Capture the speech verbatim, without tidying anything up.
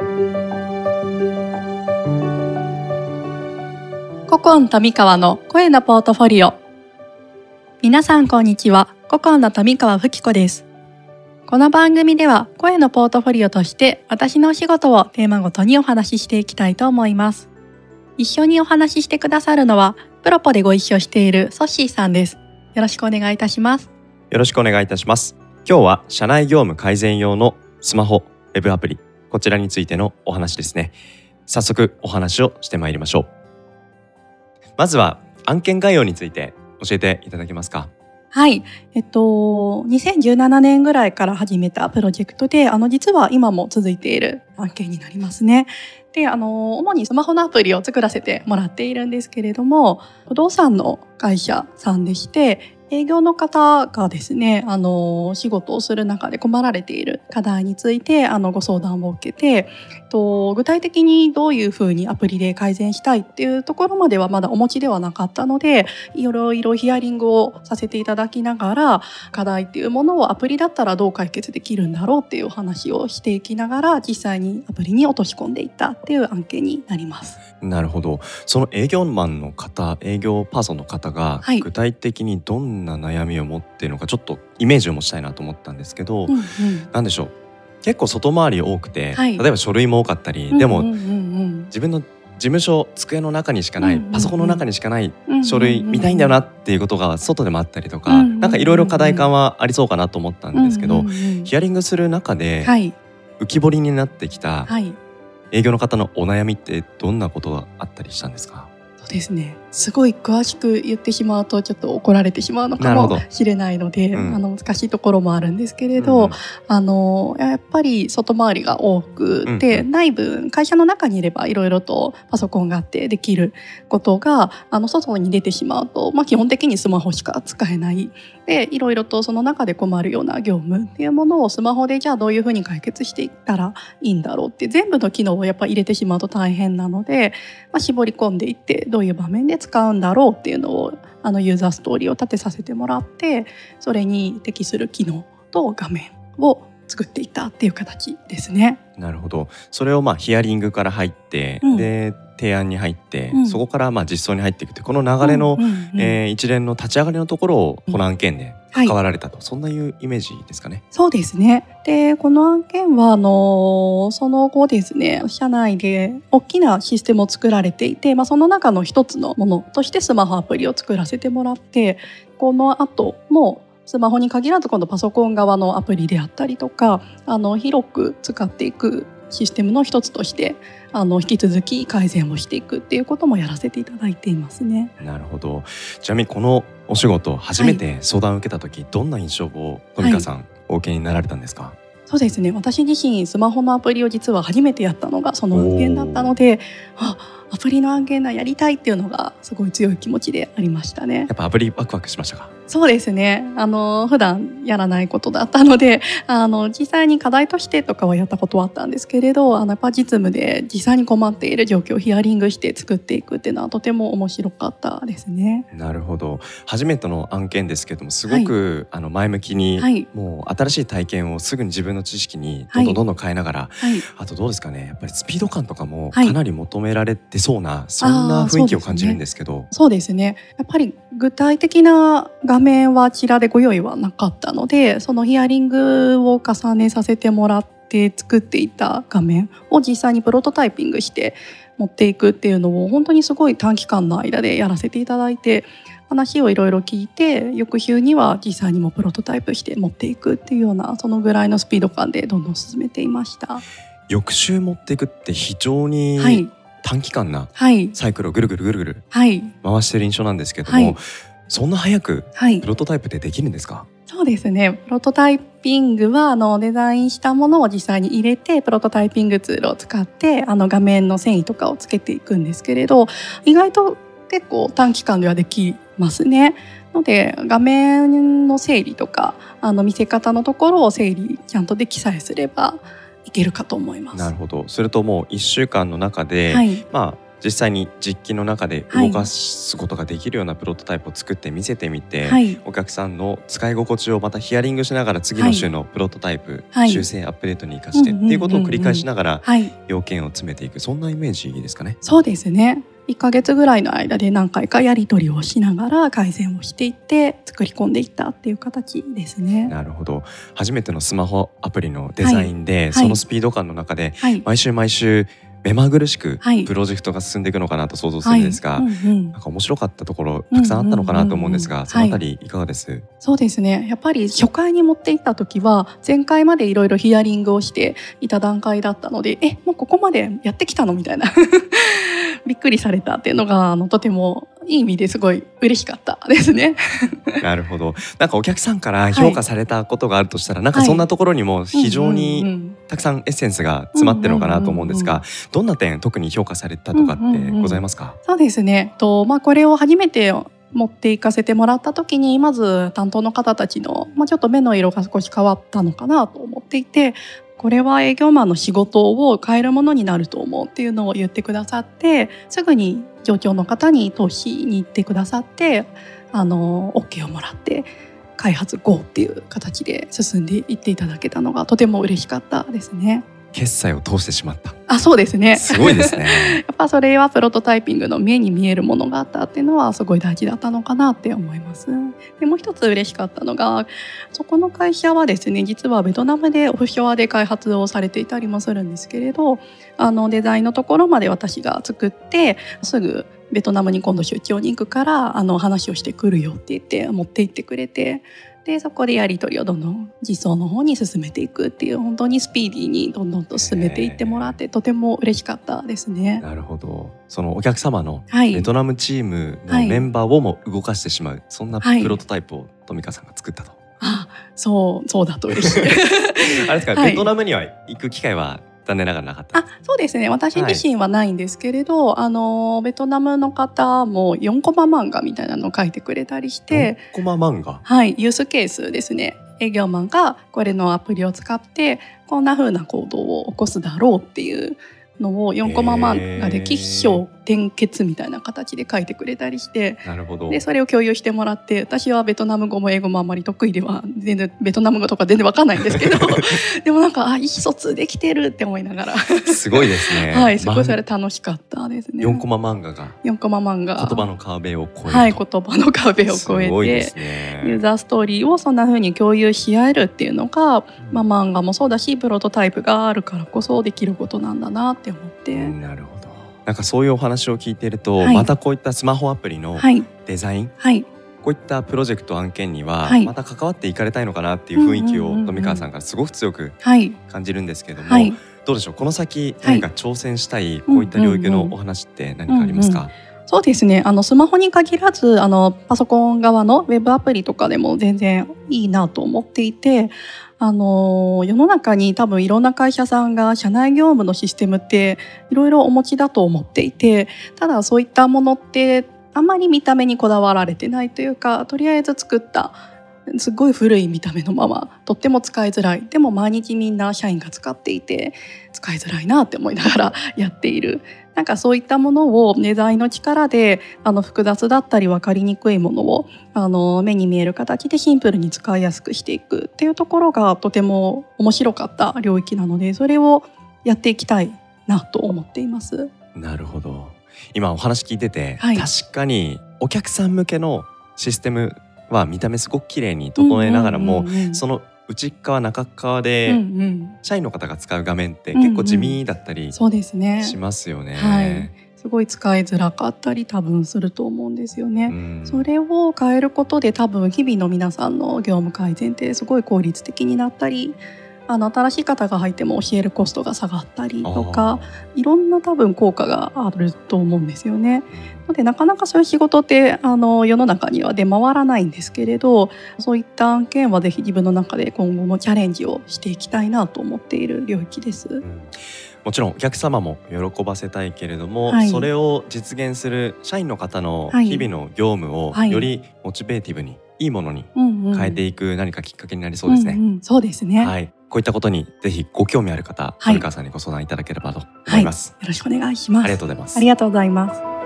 古今富川の声のポートフォリオ。皆さんこんにちは。古今の富川吹子です。この番組では声のポートフォリオとして私のお仕事をテーマごとにお話ししていきたいと思います。一緒にお話ししてくださるのはプロポでご一緒しているソッシーさんです。よろしくお願いいたします。 よろしくお願いいたします。今日は社内業務改善用のスマホ、ウェブアプリ、こちらについてのお話ですね。早速お話をしてまいりましょう。まずは案件概要について教えていただけますか？ はい、えっとにせんじゅうななねんぐらいから始めたプロジェクトで、あの実は今も続いている案件になりますね。で、あの主にスマホのアプリを作らせてもらっているんですけれども、不動産の会社さんでして、営業の方がですね、あの仕事をする中で困られている課題についてあのご相談を受けて、と具体的にどういうふうにアプリで改善したいっていうところまではまだお持ちではなかったので、いろいろヒアリングをさせていただきながら、課題っていうものをアプリだったらどう解決できるんだろうっていう話をしていきながら、実際にアプリに落とし込んでいったっていう案件になります。 なるほど。その営業マンの方、営業パーソンの方が具体的にどんな悩みを持っているのか、ちょっとイメージを持ちたいなと思ったんですけど、 うんうん、 なんでしょう、結構外回り多くて、 はい、 例えば書類も多かったり、でも、 うんうんうんうん、 自分の事務所机の中にしかない、 うんうんうん、 パソコンの中にしかない書類見たいんだよなっていうことが外でもあったりとか、 うんうんうん、 なんかいろいろ課題感はありそうかなと思ったんですけど、 うんうんうん、 ヒアリングする中で、 はい、 浮き彫りになってきた、 はい、 営業の方のお悩みってどんなことがあったりしたんですか？ そうですね、すごい詳しく言ってしまうとちょっと怒られてしまうのかもしれないので、うん、あの難しいところもあるんですけれど、うん、あのやっぱり外回りが多くて、うんうん、内部会社の中にいればいろいろとパソコンがあってできることが、あの外に出てしまうと、まあ、基本的にスマホしか使えないで、いろいろとその中で困るような業務っていうものをスマホでじゃあどういうふうに解決していったらいいんだろうって、全部の機能をやっぱり入れてしまうと大変なので、まあ、絞り込んでいってどういう場面で使うんだろうっていうのを、あのユーザーストーリーを立てさせてもらって、それに適する機能と画面を作っていったっていう形ですね。 なるほど。それをまあヒアリングから入って、うん、で提案に入って、うん、そこからまあ実装に入っていくってこの流れの、うんうんうん、えー、一連の立ち上がりのところをこの案件で関わられたと、うん、はい、そんないうイメージですかね。 そうですね。でこの案件はあのその後ですね、社内で大きなシステムを作られていて、まあ、その中の一つのものとしてスマホアプリを作らせてもらって、この後もスマホに限らず今度パソコン側のアプリであったりとか、あの広く使っていくシステムの一つとしてあの引き続き改善をしていくっていうこともやらせていただいていますね。 なるほど。ちなみにこのお仕事初めて相談を受けた時、はい、どんな印象を富川さん、はい、お受けになられたんですか？ そうですね、私自身スマホのアプリを実は初めてやったのがその案件だったので、あ、アプリの案件がやりたいっていうのがすごい強い気持ちでありましたね。 やっぱアプリワクワクしましたか？ そうですね、あの普段やらないことだったので、あの実際に課題としてとかはやったことはあったんですけれど、あのやっぱ実務で実際に困っている状況をヒアリングして作っていくっていうのはとても面白かったですね。 なるほど。初めての案件ですけども、すごく、はい、あの前向きに、はい、もう新しい体験をすぐに自分の知識にどんどんどんどん変えながら、はい、あとどうですかね、やっぱりスピード感とかもかなり求められてそうな、はい、そんな雰囲気を感じるんですけど。 そうですね、やっぱり具体的な画面はあちらでご用意はなかったので、そのヒアリングを重ねさせてもらって作っていた画面を実際にプロトタイピングして持っていくっていうのを本当にすごい短期間の間でやらせていただいて、話をいろいろ聞いて翌週には実際にもプロトタイプして持っていくっていうような、そのぐらいのスピード感でどんどん進めていました。 翌週持っていくって非常に、はい、短期間なサイクルをぐるぐるぐるぐる回してる印象なんですけども、はい、そんな早くプロトタイプってできるんですか？はい、 そうですね、プロトタイピングはあのデザインしたものを実際に入れて、プロトタイピングツールを使ってあの画面の繊維とかをつけていくんですけれど、意外と結構短期間ではできますね。ので画面の整理とかあの見せ方のところを整理ちゃんとできさえすればいけるかと思います。 なるほど。それともういっしゅうかんの中で、はい、まあ実際に実機の中で動かすことができるようなプロトタイプを作って見せてみて、はい、お客さんの使い心地をまたヒアリングしながら次の週のプロトタイプ、はい、修正アップデートに生かしてっていうことを繰り返しながら要件を詰めていく、そんなイメージですかね。 そうですね。いっかげつぐらいの間で何回かやり取りをしながら改善をしていって作り込んでいったっていう形ですね。 なるほど。初めてのスマホアプリのデザインで、はい、そのスピード感の中で、はい、毎週毎週目まぐるしくプロジェクトが進んでいくのかなと想像するんですが、はいうんうん、なんか面白かったところたくさんあったのかなと思うんですが、そのあたりいかがです？はい、 そうですね。やっぱり初回に持っていった時は前回までいろいろヒアリングをしていた段階だったので、えもうここまでやってきたのみたいなびっくりされたっていうのがあのとてもいい意味ですごい嬉しかったですね。 なるほど。なんかお客さんから評価されたことがあるとしたら、はい、なんかそんなところにも非常にたくさんエッセンスが詰まってるのかなと思うんですが、どんな点特に評価されたとかってございますか？ うんうんうん、そうですね。と、まあ、これを初めて持っていかせてもらった時にまず担当の方たちの、まあ、ちょっと目の色が少し変わったのかなと思っていて、これは営業マンの仕事を変えるものになると思うっていうのを言ってくださって、すぐに上長の方に投資に行ってくださって、あの OK をもらって開発 ゴー っていう形で進んでいっていただけたのがとても嬉しかったですね。 決済を通してしまった。 あ、そうですね。 すごいですね。 やっぱそれはプロトタイピングの目に見えるものがあったっていうのはすごい大事だったのかなって思います。でもう一つ嬉しかったのが、そこの会社はですね、実はベトナムでオフショアで開発をされていたりもするんですけれど、あのデザインのところまで私が作ってすぐベトナムに今度出張に行くからあの話をしてくるよって言って持って行ってくれて、でそこでやり取りをどんどん実装の方に進めていくっていう、本当にスピーディーにどんどんと進めていってもらってとても嬉しかったですね。 なるほど。そのお客様のベトナムチームのメンバーをも動かしてしまう、はい、そんなプロトタイプを富川さんが作ったと。 あ、そうそうだと嬉しい。 あれですか、はい、ベトナムには行く機会は残念ながらなかった。 あ、そうですね。私自身はないんですけれど、はい、あのベトナムの方もよんコマ漫画みたいなのを書いてくれたりして、 よんコマ漫画、 はい、ユースケースですね。営業マンがこれのアプリを使ってこんな風な行動を起こすだろうっていうのをよんコマ漫画で起承転結みたいな形で書いてくれたりして、 なるほど。 でそれを共有してもらって、私はベトナム語も英語もあんまり得意では全然ベトナム語とか全然わかんないんですけどでもなんかあ意思疎通できてるって思いながらすごいですね。 はい、すごいそれ楽しかったですね。 よんコマ漫画がよんコマ漫画言葉の壁を越えると、 はい、言葉の壁を越えて、すごいですね。ユーザーストーリーをそんな風に共有し合えるっていうのが、うんまあ、漫画もそうだしプロトタイプがあるからこそできることなんだなって思って、うん、 なるほど。なんかそういうお話を聞いていると、はい、またこういったスマホアプリのデザイン、はい、こういったプロジェクト案件にはまた関わっていかれたいのかなっていう雰囲気を富川さんからすごく強く感じるんですけれども、はい、どうでしょう、この先何か挑戦したいこういった領域のお話って何かありますか？ そうですね。あのスマホに限らずあのパソコン側のウェブアプリとかでも全然いいなと思っていて、あの世の中に多分いろんな会社さんが社内業務のシステムっていろいろお持ちだと思っていて、ただそういったものってあんまり見た目にこだわられてないというか、とりあえず作ったすごい古い見た目のままとっても使いづらい、でも毎日みんな社員が使っていて使いづらいなって思いながらやっている、なんかそういったものをデザインの力であの複雑だったり分かりにくいものをあの目に見える形でシンプルに使いやすくしていくっていうところがとても面白かった領域なので、それをやっていきたいなと思っています。 なるほど。今お話聞いてて、はい、確かにお客さん向けのシステムは見た目すごく綺麗に整えながらも、うんうんうんうん、その内側中側で社員の方が使う画面って結構地味だったりしますよね。 はい、すごい使いづらかったり多分すると思うんですよね。うん、それを変えることで多分日々の皆さんの業務改善ってすごい効率的になったり、あの新しい方が入っても教えるコストが下がったりとか、いろんな多分効果があると思うんですよね。のでなかなかそういう仕事ってあの世の中には出回らないんですけれど、そういった案件はぜひ自分の中で今後もチャレンジをしていきたいなと思っている領域です。うん、 もちろんお客様も喜ばせたいけれども、はい、それを実現する社員の方の日々の業務をよりモチベーティブにいいものに変えていく何かきっかけになりそうですね。 うんうん、そうですね。 はい。 こういったことにぜひご興味ある方、はい、森川さんにご相談いただければと思います、 はい、よろしくお願いします。 ありがとうございます。 ありがとうございます。